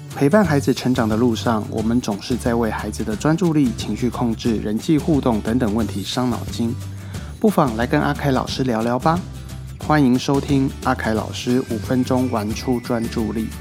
陪伴孩子成长的路上，我们总是在为孩子的专注力、情绪控制、人际互动等等问题伤脑筋。不妨来跟阿凯老师聊聊吧。欢迎收听阿凯老师5分钟玩出专注力。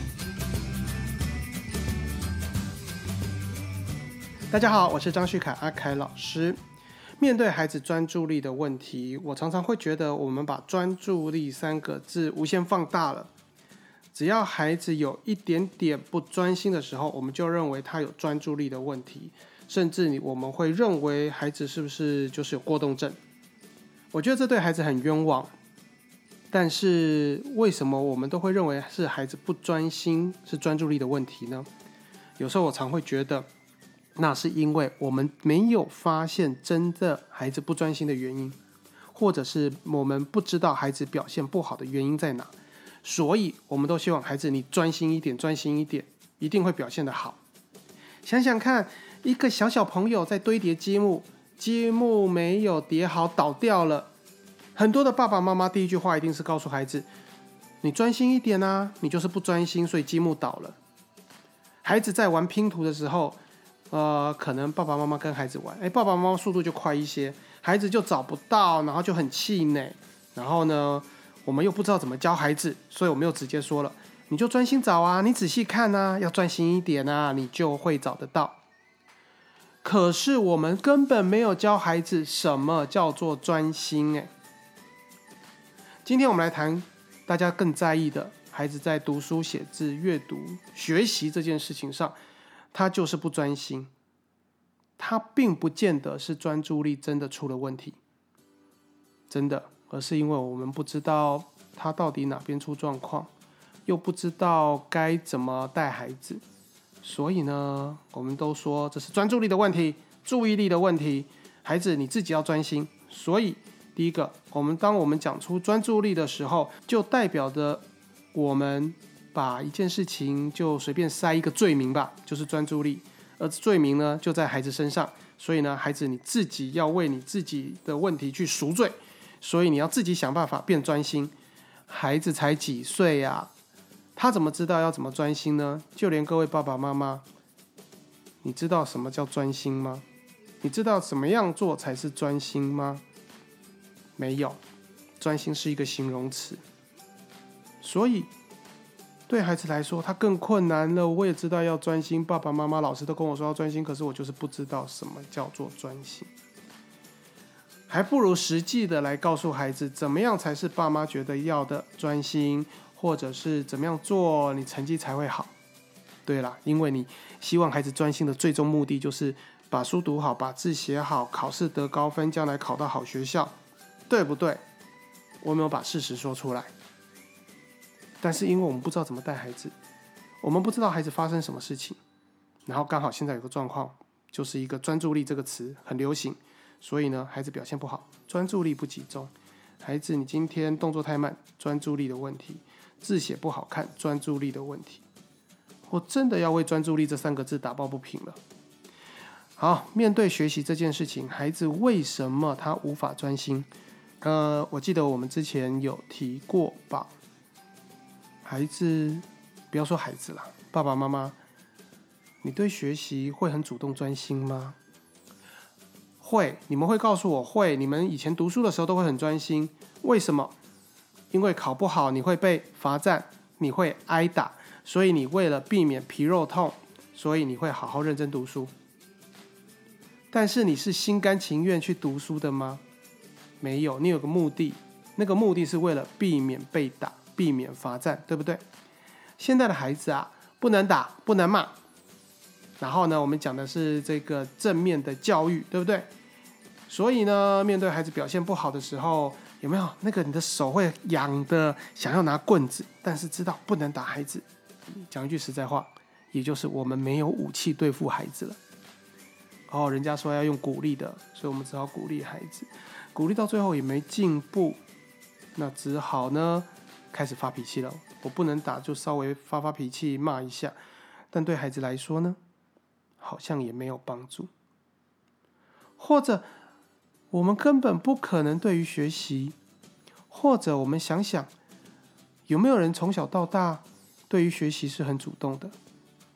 大家好，我是张旭凯，阿凯老师。面对孩子专注力的问题，我常常会觉得我们把专注力3个字无限放大了。只要孩子有一点点不专心的时候，我们就认为他有专注力的问题，甚至我们会认为孩子是不是就是有过动症。我觉得这对孩子很冤枉，但是为什么我们都会认为是孩子不专心，是专注力的问题呢？有时候我常会觉得那是因为我们没有发现真的孩子不专心的原因，或者是我们不知道孩子表现不好的原因在哪，所以我们都希望孩子你专心一点，专心一点，一定会表现得好。想想看，一个小朋友在堆叠积木，积木没有叠好倒掉了，很多的爸爸妈妈第一句话一定是告诉孩子，你专心一点啊，你就是不专心，所以积木倒了。孩子在玩拼图的时候，可能爸爸妈妈跟孩子玩，爸爸妈妈速度就快一些，孩子就找不到，然后就很气馁。然后呢，我们又不知道怎么教孩子，所以我们又直接说了，你就专心找啊，你仔细看啊，要专心一点啊，你就会找得到。可是我们根本没有教孩子什么叫做专心。今天我们来谈大家更在意的，孩子在读书、写字、阅读、学习这件事情上，他就是不专心。他并不见得是专注力真的出了问题，真的，而是因为我们不知道他到底哪边出状况，又不知道该怎么带孩子，所以呢，我们都说这是专注力的问题，注意力的问题，孩子你自己要专心。所以第一个，当我们讲出专注力的时候，就代表着我们把一件事情就随便塞一个罪名吧，就是专注力，而罪名呢就在孩子身上，所以呢，孩子你自己要为你自己的问题去赎罪，所以你要自己想办法变专心。孩子才几岁啊，他怎么知道要怎么专心呢？就连各位爸爸妈妈，你知道什么叫专心吗？你知道怎么样做才是专心吗？没有，专心是一个形容词。所以对孩子来说他更困难了。我也知道要专心，爸爸妈妈老师都跟我说要专心，可是我就是不知道什么叫做专心。还不如实际的来告诉孩子怎么样才是爸妈觉得要的专心，或者是怎么样做你成绩才会好。对啦，因为你希望孩子专心的最终目的就是把书读好，把字写好，考试得高分，将来考到好学校，对不对？我没有把事实说出来，但是因为我们不知道怎么带孩子，我们不知道孩子发生什么事情，然后刚好现在有个状况，就是一个专注力这个词很流行，所以呢，孩子表现不好，专注力不集中。孩子你今天动作太慢，专注力的问题；字写不好看，专注力的问题。我真的要为专注力这3个字打抱不平了。好，面对学习这件事情，孩子为什么他无法专心？我记得我们之前有提过吧。孩子，不要说孩子啦，爸爸妈妈，你对学习会很主动专心吗？会，你们会告诉我会，你们以前读书的时候都会很专心。为什么？因为考不好你会被罚站，你会挨打，所以你为了避免皮肉痛，所以你会好好认真读书。但是你是心甘情愿去读书的吗？没有，你有个目的，那个目的是为了避免被打，避免罚站，对不对？现在的孩子啊，不能打，不能骂。然后呢，我们讲的是这个正面的教育，对不对？所以呢，面对孩子表现不好的时候，有没有那个你的手会痒的，想要拿棍子，但是知道不能打孩子？讲一句实在话，也就是我们没有武器对付孩子了。人家说要用鼓励的，所以我们只好鼓励孩子。鼓励到最后也没进步，那只好呢开始发脾气了。我不能打，就稍微发脾气骂一下，但对孩子来说呢，好像也没有帮助。或者我们根本不可能对于学习，或者我们想想，有没有人从小到大对于学习是很主动的？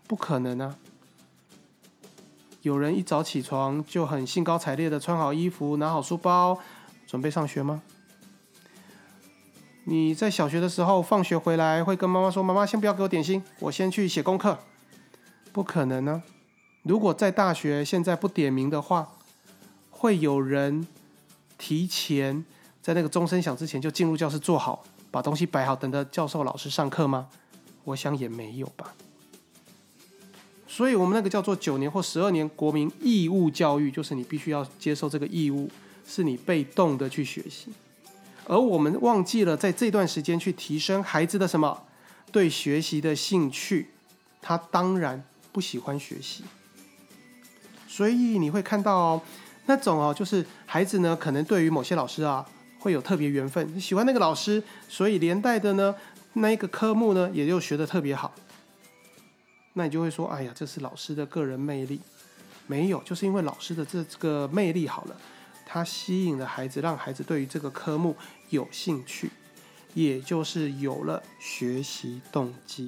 不可能啊！有人一早起床就很兴高采烈的穿好衣服，拿好书包，准备上学吗？你在小学的时候放学回来会跟妈妈说：“妈妈，先不要给我点心，我先去写功课。”不可能呢！如果在大学现在不点名的话，会有人提前在那个钟声响之前就进入教室坐好，把东西摆好，等着教授老师上课吗？我想也没有吧。所以我们那个叫做9年或12年国民义务教育，就是你必须要接受这个义务，是你被动的去学习。而我们忘记了在这段时间去提升孩子的什么？对学习的兴趣。他当然不喜欢学习。所以你会看到那种就是孩子呢，可能对于某些老师啊会有特别缘分，喜欢那个老师，所以连带的呢，那一个科目呢也就学得特别好。那你就会说，哎呀，这是老师的个人魅力。没有，就是因为老师的这个魅力好了，他吸引了孩子，让孩子对于这个科目有兴趣，也就是有了学习动机。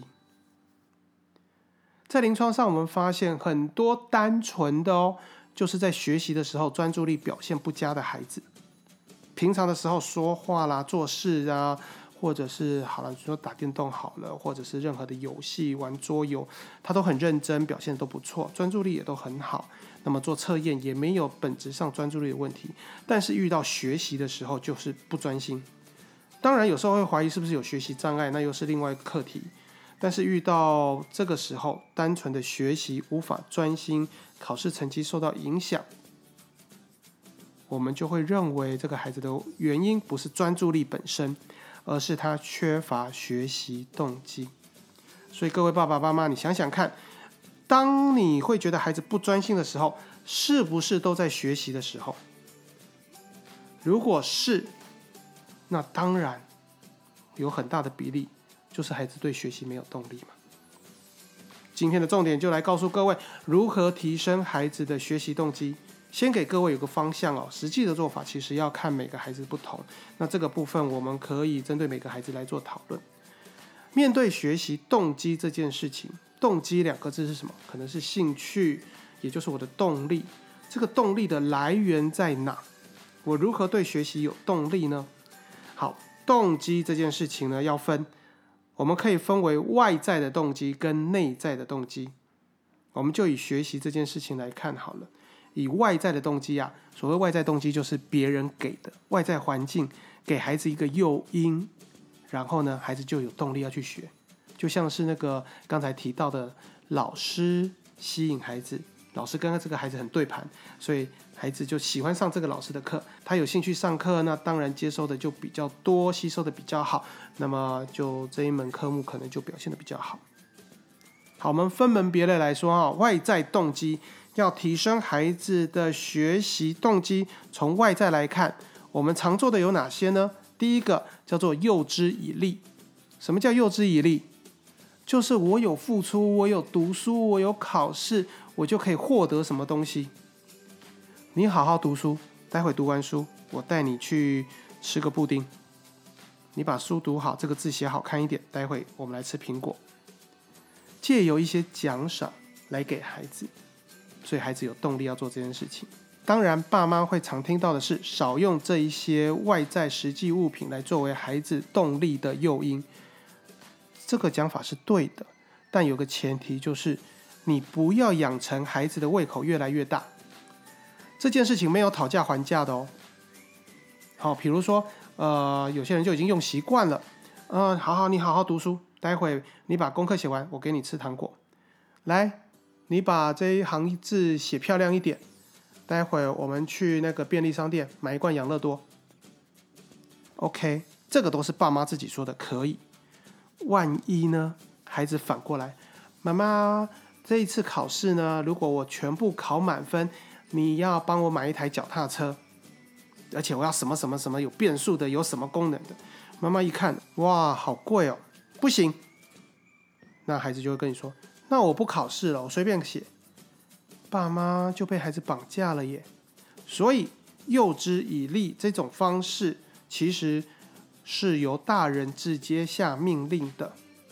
在临床上，我们发现很多单纯的就是在学习的时候专注力表现不佳的孩子，平常的时候说话啦、做事啊，或者是好了，说打电动好了，或者是任何的游戏、玩桌游，他都很认真，表现都不错，专注力也都很好。那么做测验也没有本质上专注力的问题，但是遇到学习的时候就是不专心。当然有时候会怀疑是不是有学习障碍，那又是另外一个课题。但是遇到这个时候，单纯的学习无法专心，考试成绩受到影响，我们就会认为这个孩子的原因不是专注力本身，而是他缺乏学习动机。所以各位爸爸妈妈，你想想看，当你会觉得孩子不专心的时候，是不是都在学习的时候？如果是，那当然有很大的比例就是孩子对学习没有动力嘛。今天的重点就来告诉各位如何提升孩子的学习动机。先给各位有个方向实际的做法其实要看每个孩子不同。那这个部分我们可以针对每个孩子来做讨论。面对学习动机这件事情，动机2个字是什么？可能是兴趣，也就是我的动力。这个动力的来源在哪？我如何对学习有动力呢？好，动机这件事情呢要分。我们可以分为外在的动机跟内在的动机。我们就以学习这件事情来看好了。以外在的动机所谓外在动机就是别人给的外在环境，给孩子一个诱因，然后呢，孩子就有动力要去学。就像是那个刚才提到的老师吸引孩子，老师跟这个孩子很对盘，所以孩子就喜欢上这个老师的课，他有兴趣上课，那当然接收的就比较多，吸收的比较好，那么就这一门科目可能就表现的比较好。好，我们分门别类来说外在动机要提升孩子的学习动机，从外在来看，我们常做的有哪些呢？第一个叫做诱之以利。什么叫诱之以利？就是我有付出，我有读书，我有考试，我就可以获得什么东西。你好好读书，待会读完书，我带你去吃个布丁。你把书读好，这个字写好看一点，待会我们来吃苹果。借由一些奖赏来给孩子，所以孩子有动力要做这件事情。当然爸妈会常听到的是少用这一些外在实际物品来作为孩子动力的诱因，这个讲法是对的，但有个前提就是你不要养成孩子的胃口越来越大。这件事情没有讨价还价的好，比如说有些人就已经用习惯了好，你好好读书，待会你把功课写完，我给你吃糖果。来，你把这一行字写漂亮一点，待会我们去那个便利商店买一罐养乐多。OK， 这个都是爸妈自己说的可以。万一呢，孩子反过来，妈妈这一次考试呢，如果我全部考满分，你要帮我买一台脚踏车，而且我要什么什么什么有变速的，有什么功能的。妈妈一看，哇，好贵哦，不行。那孩子就会跟你说，那我不考试了，我随便写。爸妈就被孩子绑架了耶。所以诱之以利这种方式其实是由大人直接下命令的。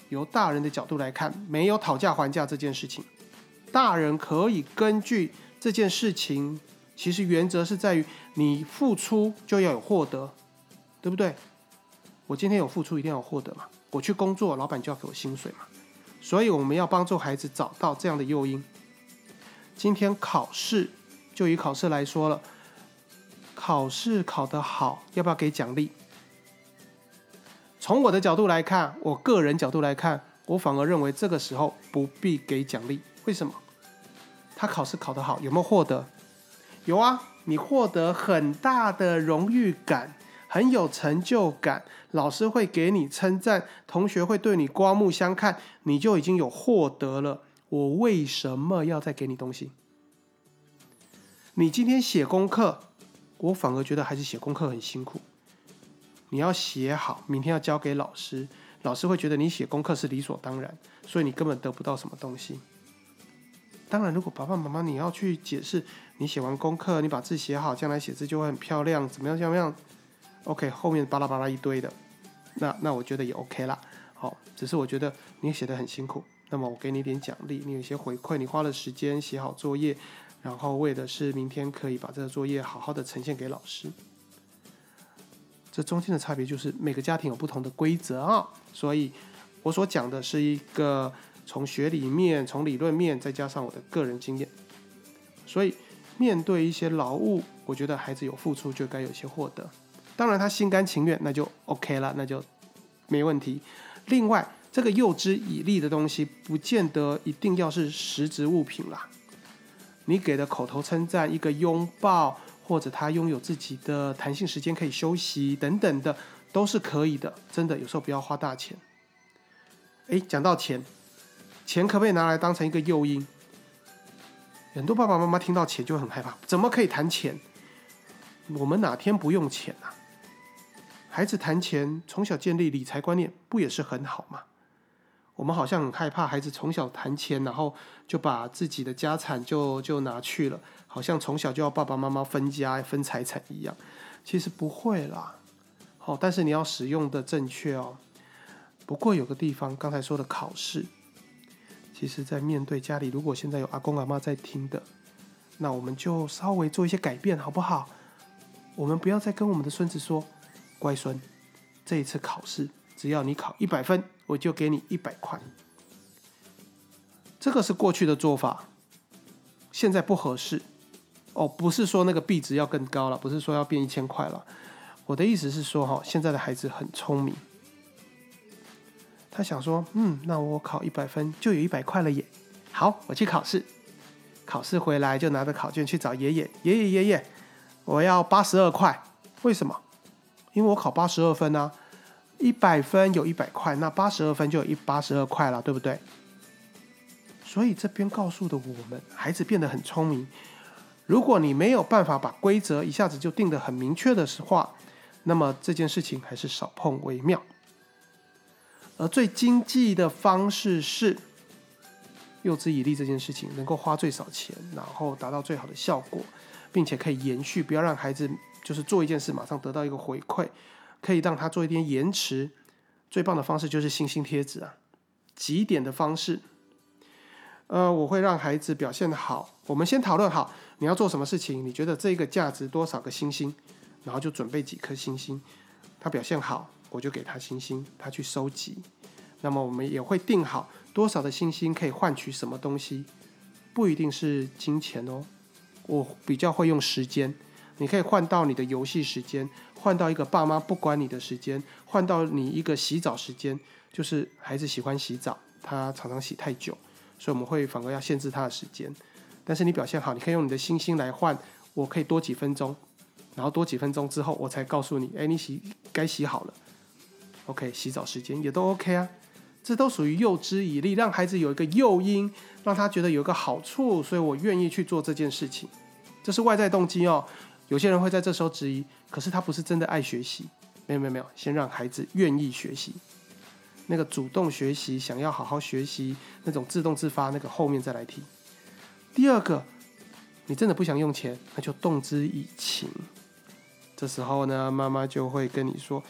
由大人的角度来看，没有讨价还价这件事情。大人可以根据这件事情，其实原则是在于你付出就要有获得，对不对？我今天有付出，一定要有获得嘛。我去工作，老板就要给我薪水嘛。所以我们要帮助孩子找到这样的诱因。今天考试，就以考试来说了，考试考得好，要不要给奖励？从我的角度来看，我个人角度来看，我反而认为这个时候不必给奖励。为什么？他考试考得好，有没有获得？有啊，你获得很大的荣誉感，很有成就感，老师会给你称赞，同学会对你刮目相看，你就已经有获得了。我为什么要再给你东西？你今天写功课，我反而觉得孩子写功课很辛苦。你要写好，明天要交给老师，老师会觉得你写功课是理所当然，所以你根本得不到什么东西。当然，如果爸爸妈妈你要去解释，你写完功课，你把字写好，将来写字就会很漂亮，怎么样 ？OK， 后面巴拉巴拉一堆的，那我觉得也 OK 啦。好，只是我觉得你写得很辛苦，那么我给你一点奖励，你有一些回馈，你花了时间写好作业，然后为的是明天可以把这个作业好好的呈现给老师。这中间的差别就是每个家庭有不同的规则啊，所以我所讲的是一个从学理面、从理论面，再加上我的个人经验。所以面对一些劳务，我觉得孩子有付出就该有一些获得。当然他心甘情愿，那就 OK 了，那就没问题。另外，这个诱之以利的东西，不见得一定要是实质物品啦。你给的口头称赞，一个拥抱，或者他拥有自己的弹性时间可以休息等等的，都是可以的。真的，有时候不要花大钱。讲到钱可不可以拿来当成一个诱因？很多爸爸妈妈听到钱就很害怕，怎么可以谈钱？我们哪天不用钱啊？孩子谈钱，从小建立理财观念，不也是很好吗？我们好像很害怕孩子从小谈钱，然后就把自己的家产就拿去了，好像从小就要爸爸妈妈分家分财产一样。其实不会啦，但是你要使用的正确哦。不过有个地方，刚才说的考试，其实在面对家里，如果现在有阿公阿嬷在听的，那我们就稍微做一些改变，好不好？我们不要再跟我们的孙子说，乖孙，这一次考试只要你考100分，我就给你100块。这个是过去的做法，现在不合适。不是说那个币值要更高了，不是说要变1000块了。我的意思是说，现在的孩子很聪明，他想说，那我考100分就有100块了耶。好，我去考试，考试回来就拿着考卷去找爷爷，爷爷，我要82块。为什么？因为我考82分啊，100分有100块，那82分就有82块了，对不对？所以这边告诉的我们，孩子变得很聪明。如果你没有办法把规则一下子就定得很明确的话，那么这件事情还是少碰为妙。而最经济的方式是诱之以利，这件事情能够花最少钱，然后达到最好的效果，并且可以延续，不要让孩子就是做一件事马上得到一个回馈，可以让他做一点延迟。最棒的方式就是星星贴纸啊，集点的方式。我会让孩子表现好，我们先讨论好你要做什么事情，你觉得这个价值多少个星星，然后就准备几颗星星。他表现好，我就给他星星，他去收集。那么我们也会定好多少的星星可以换取什么东西，不一定是金钱哦。我比较会用时间，你可以换到你的游戏时间，换到一个爸妈不管你的时间，换到你一个洗澡时间。就是孩子喜欢洗澡，他常常洗太久，所以我们会反而要限制他的时间。但是你表现好，你可以用你的星星来换，我可以多几分钟，然后多几分钟之后我才告诉你，你该洗好了。OK， 洗澡时间也都 OK 啊，这都属于诱之以利，让孩子有一个诱因，让他觉得有一个好处，所以我愿意去做这件事情。这是外在动机哦。有些人会在这时候质疑，可是他不是真的爱学习。没有，先让孩子愿意学习，那个主动学习，想要好好学习，那种自动自发，那个后面再来提。第二个，你真的不想用钱，那就动之以情。这时候呢，妈妈就会跟你说，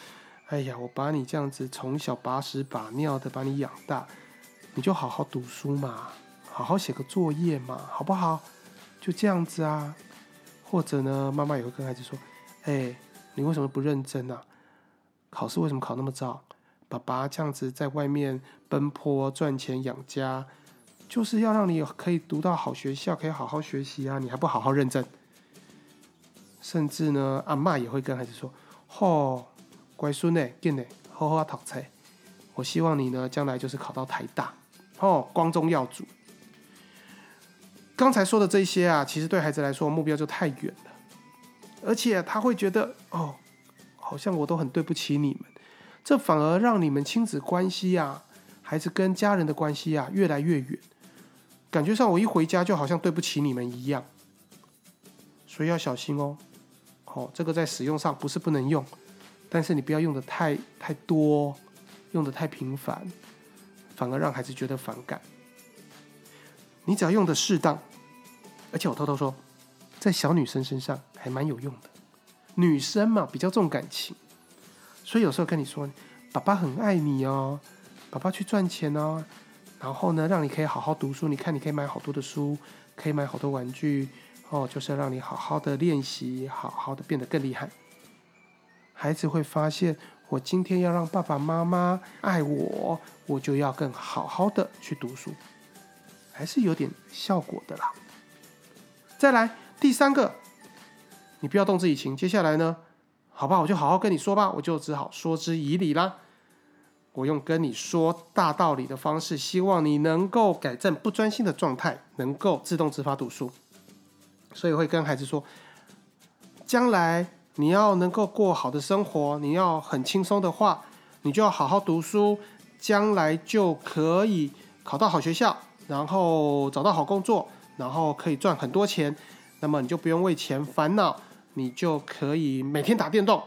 哎呀，我把你这样子从小把屎把尿的把你养大，你就好好读书嘛，好好写个作业嘛，好不好？就这样子啊。或者呢，妈妈也会跟孩子说，你为什么不认真啊？考试为什么考那么糟？爸爸这样子在外面奔波赚钱养家，就是要让你可以读到好学校，可以好好学习啊，你还不好好认真？甚至呢，阿嬷也会跟孩子说，乖孙呢，紧呢，好好读书。我希望你呢，将来就是考到台大，光宗耀祖。刚才说的这些啊，其实对孩子来说目标就太远了，而且他会觉得好像我都很对不起你们，这反而让你们亲子关系啊，孩子跟家人的关系啊越来越远，感觉上我一回家就好像对不起你们一样，所以要小心哦。这个在使用上不是不能用，但是你不要用的太多，用的太频繁，反而让孩子觉得反感。你只要用的适当，而且我偷偷说，在小女生身上还蛮有用的。女生嘛，比较重感情，所以有时候跟你说，爸爸很爱你哦，爸爸去赚钱哦，然后呢，让你可以好好读书。你看，你可以买好多的书，可以买好多玩具，就是要让你好好的练习，好好的变得更厉害。孩子会发现，我今天要让爸爸妈妈爱我，我就要更好好的去读书。还是有点效果的啦。再来第三个，你不要动之以情。接下来呢，好吧，我就好好跟你说吧，我就只好说之以理啦。我用跟你说大道理的方式，希望你能够改正不专心的状态，能够自动自发读书。所以会跟孩子说，将来你要能够过好的生活，你要很轻松的话，你就要好好读书，将来就可以考到好学校，然后找到好工作，然后可以赚很多钱，那么你就不用为钱烦恼，你就可以每天打电动。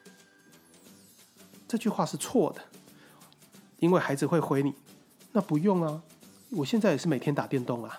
这句话是错的，因为孩子会回你，那不用啊，我现在也是每天打电动啊。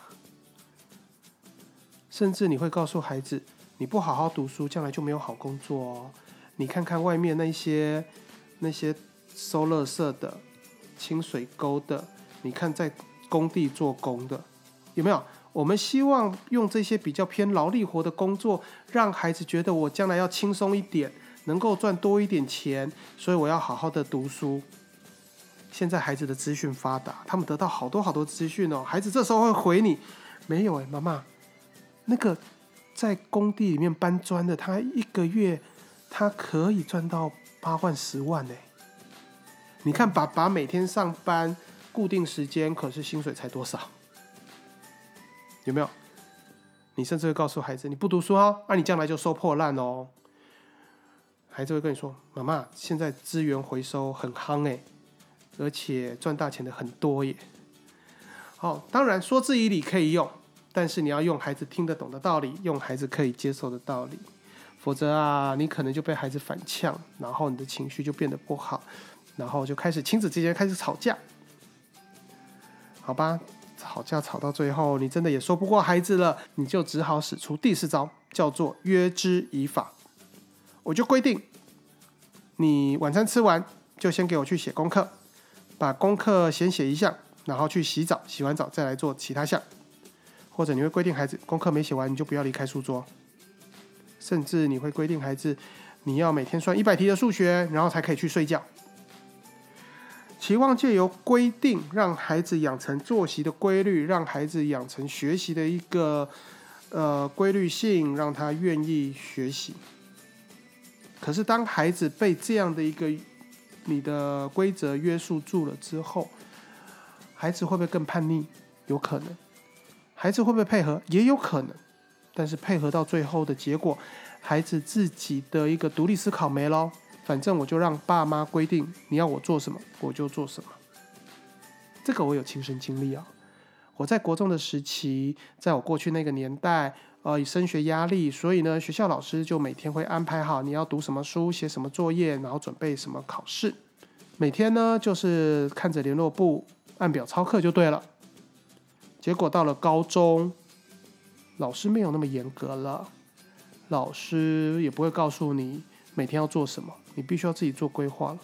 甚至你会告诉孩子，你不好好读书，将来就没有好工作哦。你看看外面那些收垃圾的、清水沟的，你看在工地做工的，有没有？我们希望用这些比较偏劳力活的工作，让孩子觉得我将来要轻松一点，能够赚多一点钱，所以我要好好的读书。现在孩子的资讯发达，他们得到好多资讯哦。孩子这时候会回你，没有妈妈，那个在工地里面搬砖的，他一个月他可以赚到8万10万耶。你看爸爸每天上班固定时间，可是薪水才多少？有没有？你甚至会告诉孩子，你不读书啊，你将来就收破烂哦。孩子会跟你说，妈妈，现在资源回收很夯耶，而且赚大钱的很多耶。当然说之以理可以用，但是你要用孩子听得懂的道理，用孩子可以接受的道理，否则啊，你可能就被孩子反呛，然后你的情绪就变得不好，然后就开始亲子之间开始吵架，好吧？吵架吵到最后，你真的也说不过孩子了，你就只好使出第4招，叫做约之以法。我就规定，你晚餐吃完就先给我去写功课，把功课先写一项，然后去洗澡，洗完澡再来做其他项。或者你会规定孩子，功课没写完你就不要离开书桌，甚至你会规定孩子，你要每天算100题的数学，然后才可以去睡觉。期望借由规定让孩子养成作息的规律，让孩子养成学习的一个规律性，让他愿意学习。可是当孩子被这样的一个你的规则约束住了之后，孩子会不会更叛逆？有可能。孩子会不会配合？也有可能。但是配合到最后的结果，孩子自己的一个独立思考没咯，反正我就让爸妈规定，你要我做什么我就做什么。这个我有亲身经历啊。我在国中的时期，在我过去那个年代，以升学压力，所以呢，学校老师就每天会安排好你要读什么书，写什么作业，然后准备什么考试。每天呢，就是看着联络簿按表操课就对了。结果到了高中，老师没有那么严格了，老师也不会告诉你每天要做什么，你必须要自己做规划了。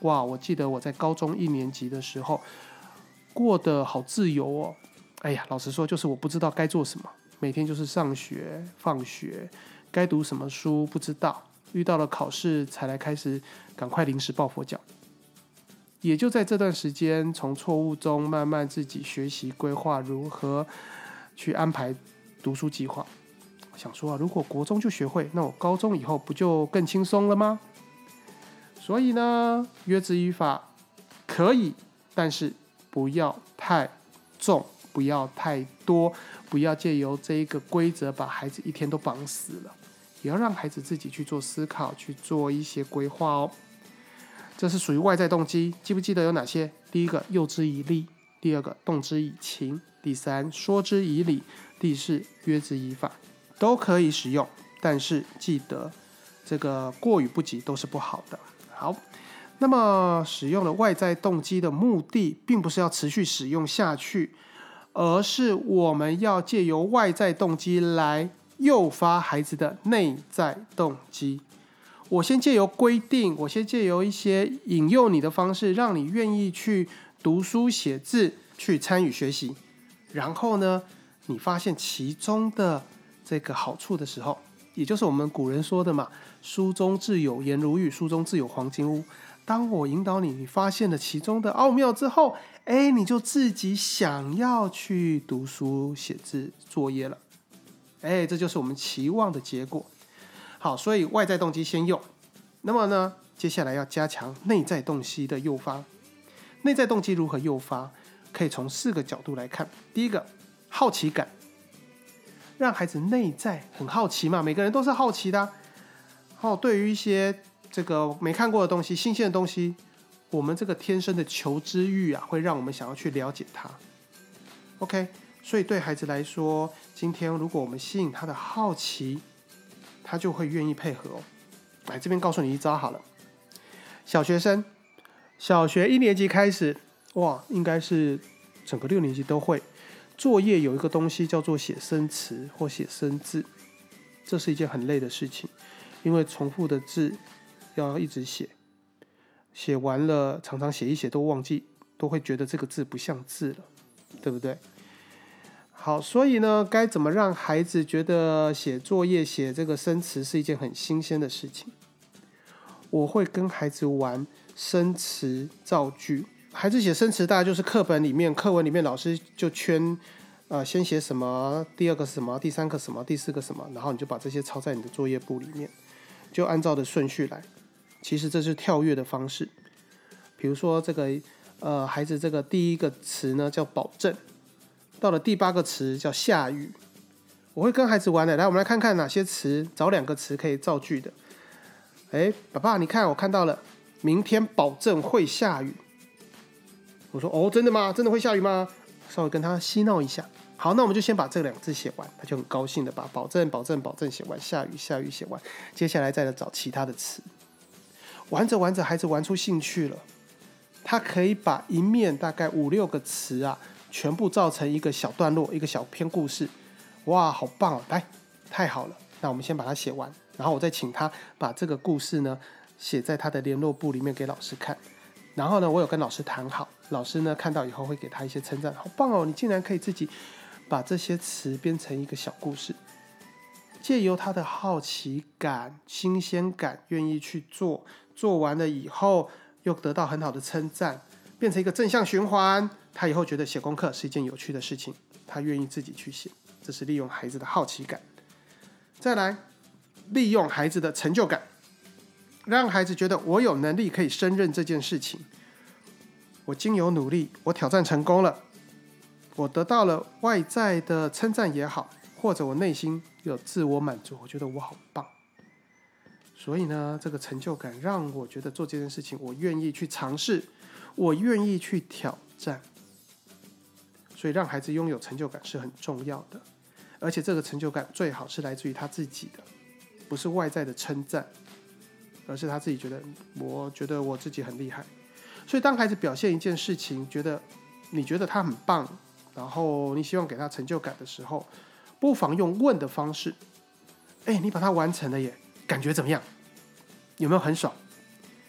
哇，我记得我在高中1年级的时候过得好自由哦。哎呀，老实说，就是我不知道该做什么，每天就是上学、放学，该读什么书不知道，遇到了考试才来开始赶快临时抱佛脚。也就在这段时间，从错误中慢慢自己学习规划如何去安排读书计划。我想说如果国中就学会，那我高中以后不就更轻松了吗？所以呢，约制语法可以，但是不要太重，不要太多，不要借由这一个规则把孩子一天都绑死了，也要让孩子自己去做思考，去做一些规划哦。这是属于外在动机，记不记得有哪些？第一个，诱之以利；第二个，动之以情；第三，说之以理；第四，约之以法，都可以使用，但是记得这个过与不及都是不好的。好，那么使用了外在动机的目的，并不是要持续使用下去，而是我们要借由外在动机来诱发孩子的内在动机。我先借由规定，我先借由一些引诱你的方式，让你愿意去读书写字，去参与学习。然后呢，你发现其中的这个好处的时候，也就是我们古人说的嘛，书中自有颜如玉，书中自有黄金屋。当我引导你，你发现了其中的奥妙之后，你就自己想要去读书写字作业了。这就是我们期望的结果。好，所以外在动机先用，那么呢，接下来要加强内在动机的诱发。内在动机如何诱发？可以从4个角度来看。第一个，好奇感，让孩子内在很好奇嘛，每个人都是好奇的对于一些这个没看过的东西、新鲜的东西，我们这个天生的求知欲啊，会让我们想要去了解它。OK， 所以对孩子来说，今天如果我们吸引他的好奇，他就会愿意配合哦。来这边告诉你一招好了，小学生，小学1年级开始，哇，应该是整个6年级都会。作业有一个东西叫做写生词或写生字，这是一件很累的事情，因为重复的字要一直写，写完了常常写一写都忘记，都会觉得这个字不像字了，对不对？好，所以呢，该怎么让孩子觉得写作业、写这个生词是一件很新鲜的事情？我会跟孩子玩生词造句。孩子写生词，大概就是课文里面老师就圈，先写什么，第2个什么，第3个什么，第4个什么，然后你就把这些抄在你的作业簿里面，就按照的顺序来。其实这是跳跃的方式。比如说这个孩子这个第1个词呢叫保证。到了第8个词叫下雨，我会跟孩子玩的。来，我们来看看哪些词，找2个词可以造句的。爸爸，你看，我看到了，明天保证会下雨。我说，真的吗？真的会下雨吗？稍微跟他嬉闹一下。好，那我们就先把这2字写完，他就很高兴的把保证、保证、保证写完，下雨、下雨写完。接下来再来找其他的词。玩着玩着，孩子玩出兴趣了，他可以把一面大概5、6个词啊，全部造成一个小段落，一个小篇故事。哇，好棒哦！来，太好了，那我们先把它写完，然后我再请他把这个故事呢写在他的联络簿里面给老师看。然后呢，我有跟老师谈好，老师呢看到以后会给他一些称赞，好棒哦，你竟然可以自己把这些词编成一个小故事。借由他的好奇感、新鲜感，愿意去做，做完了以后又得到很好的称赞，变成一个正向循环。他以后觉得写功课是一件有趣的事情，他愿意自己去写，这是利用孩子的好奇感。再来，利用孩子的成就感，让孩子觉得我有能力可以胜任这件事情，我经由努力，我挑战成功了，我得到了外在的称赞也好，或者我内心有自我满足，我觉得我好棒。所以呢，这个成就感让我觉得做这件事情我愿意去尝试，我愿意去挑战。所以让孩子拥有成就感是很重要的，而且这个成就感最好是来自于他自己的，不是外在的称赞，而是他自己觉得，我觉得我自己很厉害。所以当孩子表现一件事情，你觉得他很棒，然后你希望给他成就感的时候，不妨用问的方式，你把它完成了耶，感觉怎么样？有没有很爽？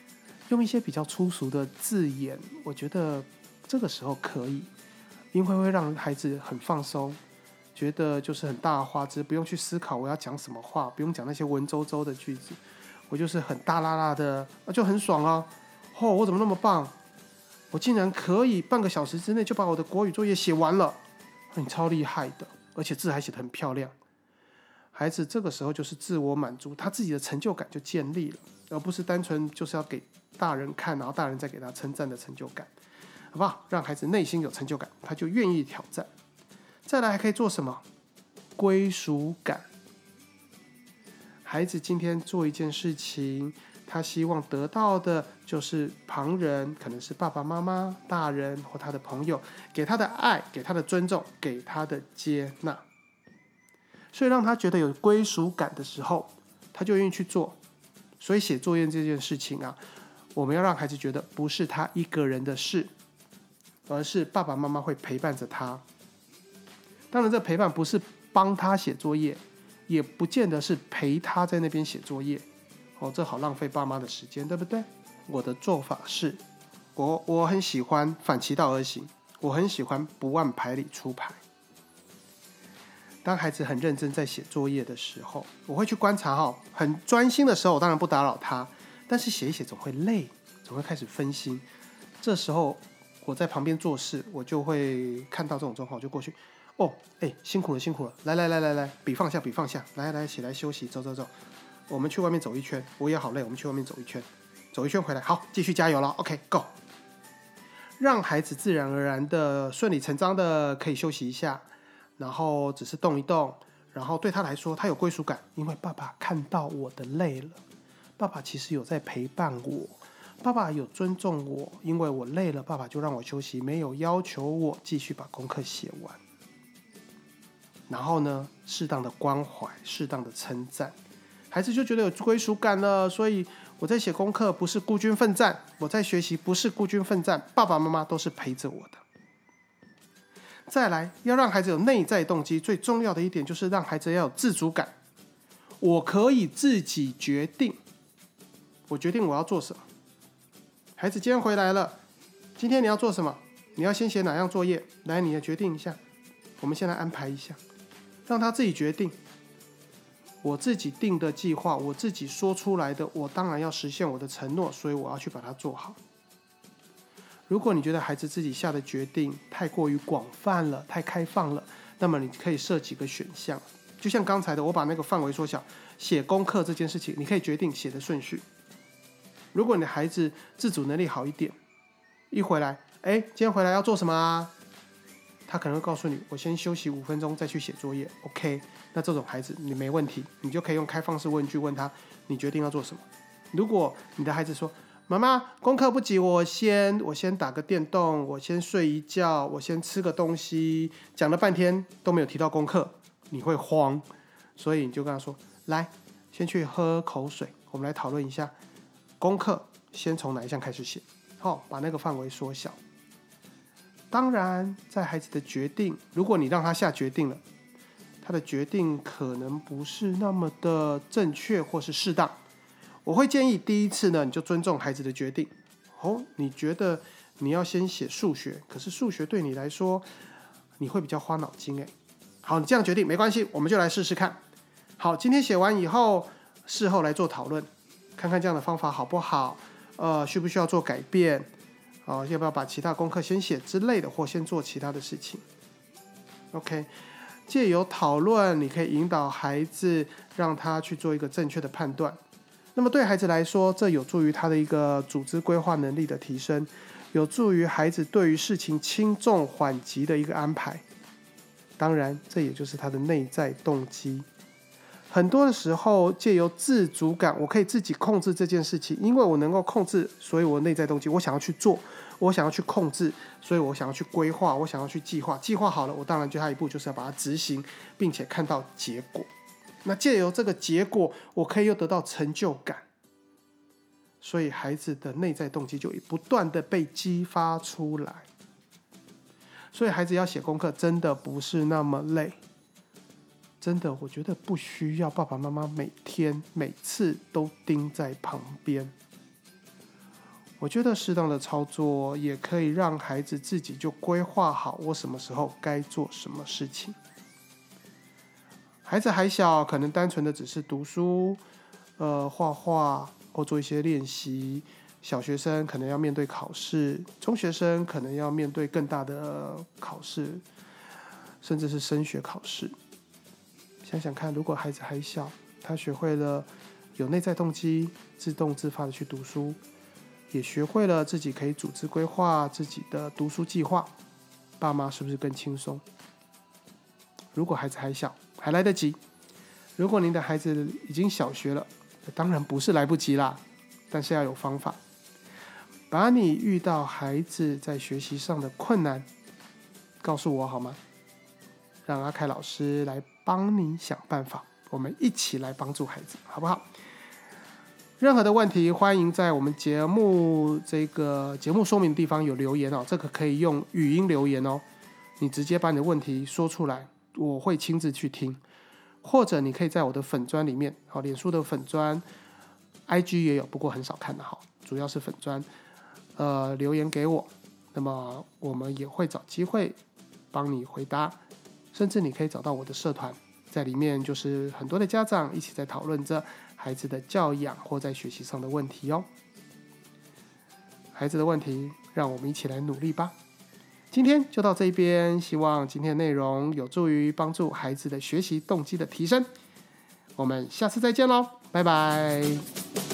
用一些比较粗俗的字眼，我觉得这个时候可以，因为会让孩子很放松，觉得就是很大花枝，不用去思考我要讲什么话，不用讲那些文绉绉的句子，我就是很大啦啦的，就很爽啊！我怎么那么棒？我竟然可以半个小时之内就把我的国语作业写完了，你超厉害的，而且字还写得很漂亮。孩子这个时候就是自我满足，他自己的成就感就建立了，而不是单纯就是要给大人看，然后大人再给他称赞的成就感，好不好？让孩子内心有成就感，他就愿意挑战。再来还可以做什么？归属感。孩子今天做一件事情，他希望得到的就是旁人，可能是爸爸妈妈、大人或他的朋友，给他的爱，给他的尊重，给他的接纳。所以让他觉得有归属感的时候，他就愿意去做。所以写作业这件事情啊，我们要让孩子觉得不是他一个人的事，而是爸爸妈妈会陪伴着他。当然这陪伴不是帮他写作业，也不见得是陪他在那边写作业，这好浪费爸妈的时间，对不对？我的做法是，我很喜欢反其道而行，我很喜欢不按牌理出牌。当孩子很认真在写作业的时候，我会去观察，很专心的时候，我当然不打扰他，但是写一写总会累，总会开始分心。这时候我在旁边做事，我就会看到这种状况，我就过去，辛苦了辛苦了，来，笔放下笔放下，来起来休息，走，我们去外面走一圈，我也好累，我们去外面走一圈，走一圈回来，好，继续加油了 ，OK Go。让孩子自然而然的顺理成章的可以休息一下，然后只是动一动，然后对他来说他有归属感，因为爸爸看到我的累了，爸爸其实有在陪伴我，爸爸有尊重我，因为我累了，爸爸就让我休息，没有要求我继续把功课写完。然后呢，适当的关怀，适当的称赞，孩子就觉得有归属感了。所以我在写功课不是孤军奋战，我在学习不是孤军奋战，爸爸妈妈都是陪着我的。再来，要让孩子有内在动机，最重要的一点就是让孩子要有自主感。我可以自己决定，我决定我要做什么。孩子今天回来了，今天你要做什么？你要先写哪样作业？来，你也决定一下，我们先来安排一下，让他自己决定。我自己定的计划，我自己说出来的，我当然要实现我的承诺，所以我要去把它做好。如果你觉得孩子自己下的决定太过于广泛了，太开放了，那么你可以设几个选项，就像刚才的，我把那个范围缩小，写功课这件事情，你可以决定写的顺序。如果你的孩子自主能力好一点，一回来，今天回来要做什么啊？他可能会告诉你，我先休息5分钟再去写作业 OK。 那这种孩子你没问题，你就可以用开放式问句问他，你决定要做什么。如果你的孩子说，妈妈功课不急，我先打个电动，我先睡一觉，我先吃个东西，讲了半天都没有提到功课，你会慌。所以你就跟他说，来，先去喝口水，我们来讨论一下功课先从哪一项开始写，把那个范围缩小。当然在孩子的决定，如果你让他下决定了，他的决定可能不是那么的正确或是适当，我会建议第一次呢，你就尊重孩子的决定。你觉得你要先写数学，可是数学对你来说你会比较花脑筋。好，你这样决定没关系，我们就来试试看。好，今天写完以后，事后来做讨论，看看这样的方法好不好，需不需要做改变，要不要把其他功课先写之类的，或先做其他的事情。OK， 借由讨论，你可以引导孩子，让他去做一个正确的判断。那么对孩子来说，这有助于他的一个组织规划能力的提升，有助于孩子对于事情轻重缓急的一个安排。当然，这也就是他的内在动机。很多的时候，借由自主感，我可以自己控制这件事情，因为我能够控制，所以我内在动机，我想要去做，我想要去控制，所以我想要去规划，我想要去计划。计划好了，我当然就下一步就是要把它执行，并且看到结果。那借由这个结果，我可以又得到成就感，所以孩子的内在动机就不断的被激发出来。所以孩子要写功课真的不是那么累，真的我觉得不需要爸爸妈妈每次都盯在旁边。 我觉得适当的操作也可以让孩子自己就规划好我什么时候该做什么事情。孩子还小，可能单纯的只是读书、画画或做一些练习。小学生可能要面对考试，中学生可能要面对更大的考试，甚至是升学考试。想想看，如果孩子还小，他学会了有内在动机，自动自发的去读书，也学会了自己可以组织规划自己的读书计划，爸妈是不是更轻松？如果孩子还小，还来得及。如果您的孩子已经小学了，当然不是来不及啦，但是要有方法。把你遇到孩子在学习上的困难告诉我好吗？让阿凯老师来帮你想办法，我们一起来帮助孩子，好不好？任何的问题欢迎在我们节目说明的地方有留言哦，这个可以用语音留言哦，你直接把你的问题说出来，我会亲自去听。或者你可以在我的粉专里面，脸书的粉专 IG 也有，不过很少看的，主要是粉专留言给我，那么我们也会找机会帮你回答，甚至你可以找到我的社团，在里面就是很多的家长一起在讨论着孩子的教养或在学习上的问题哦。孩子的问题，让我们一起来努力吧。今天就到这边，希望今天的内容有助于帮助孩子的学习动机的提升。我们下次再见咯，拜拜。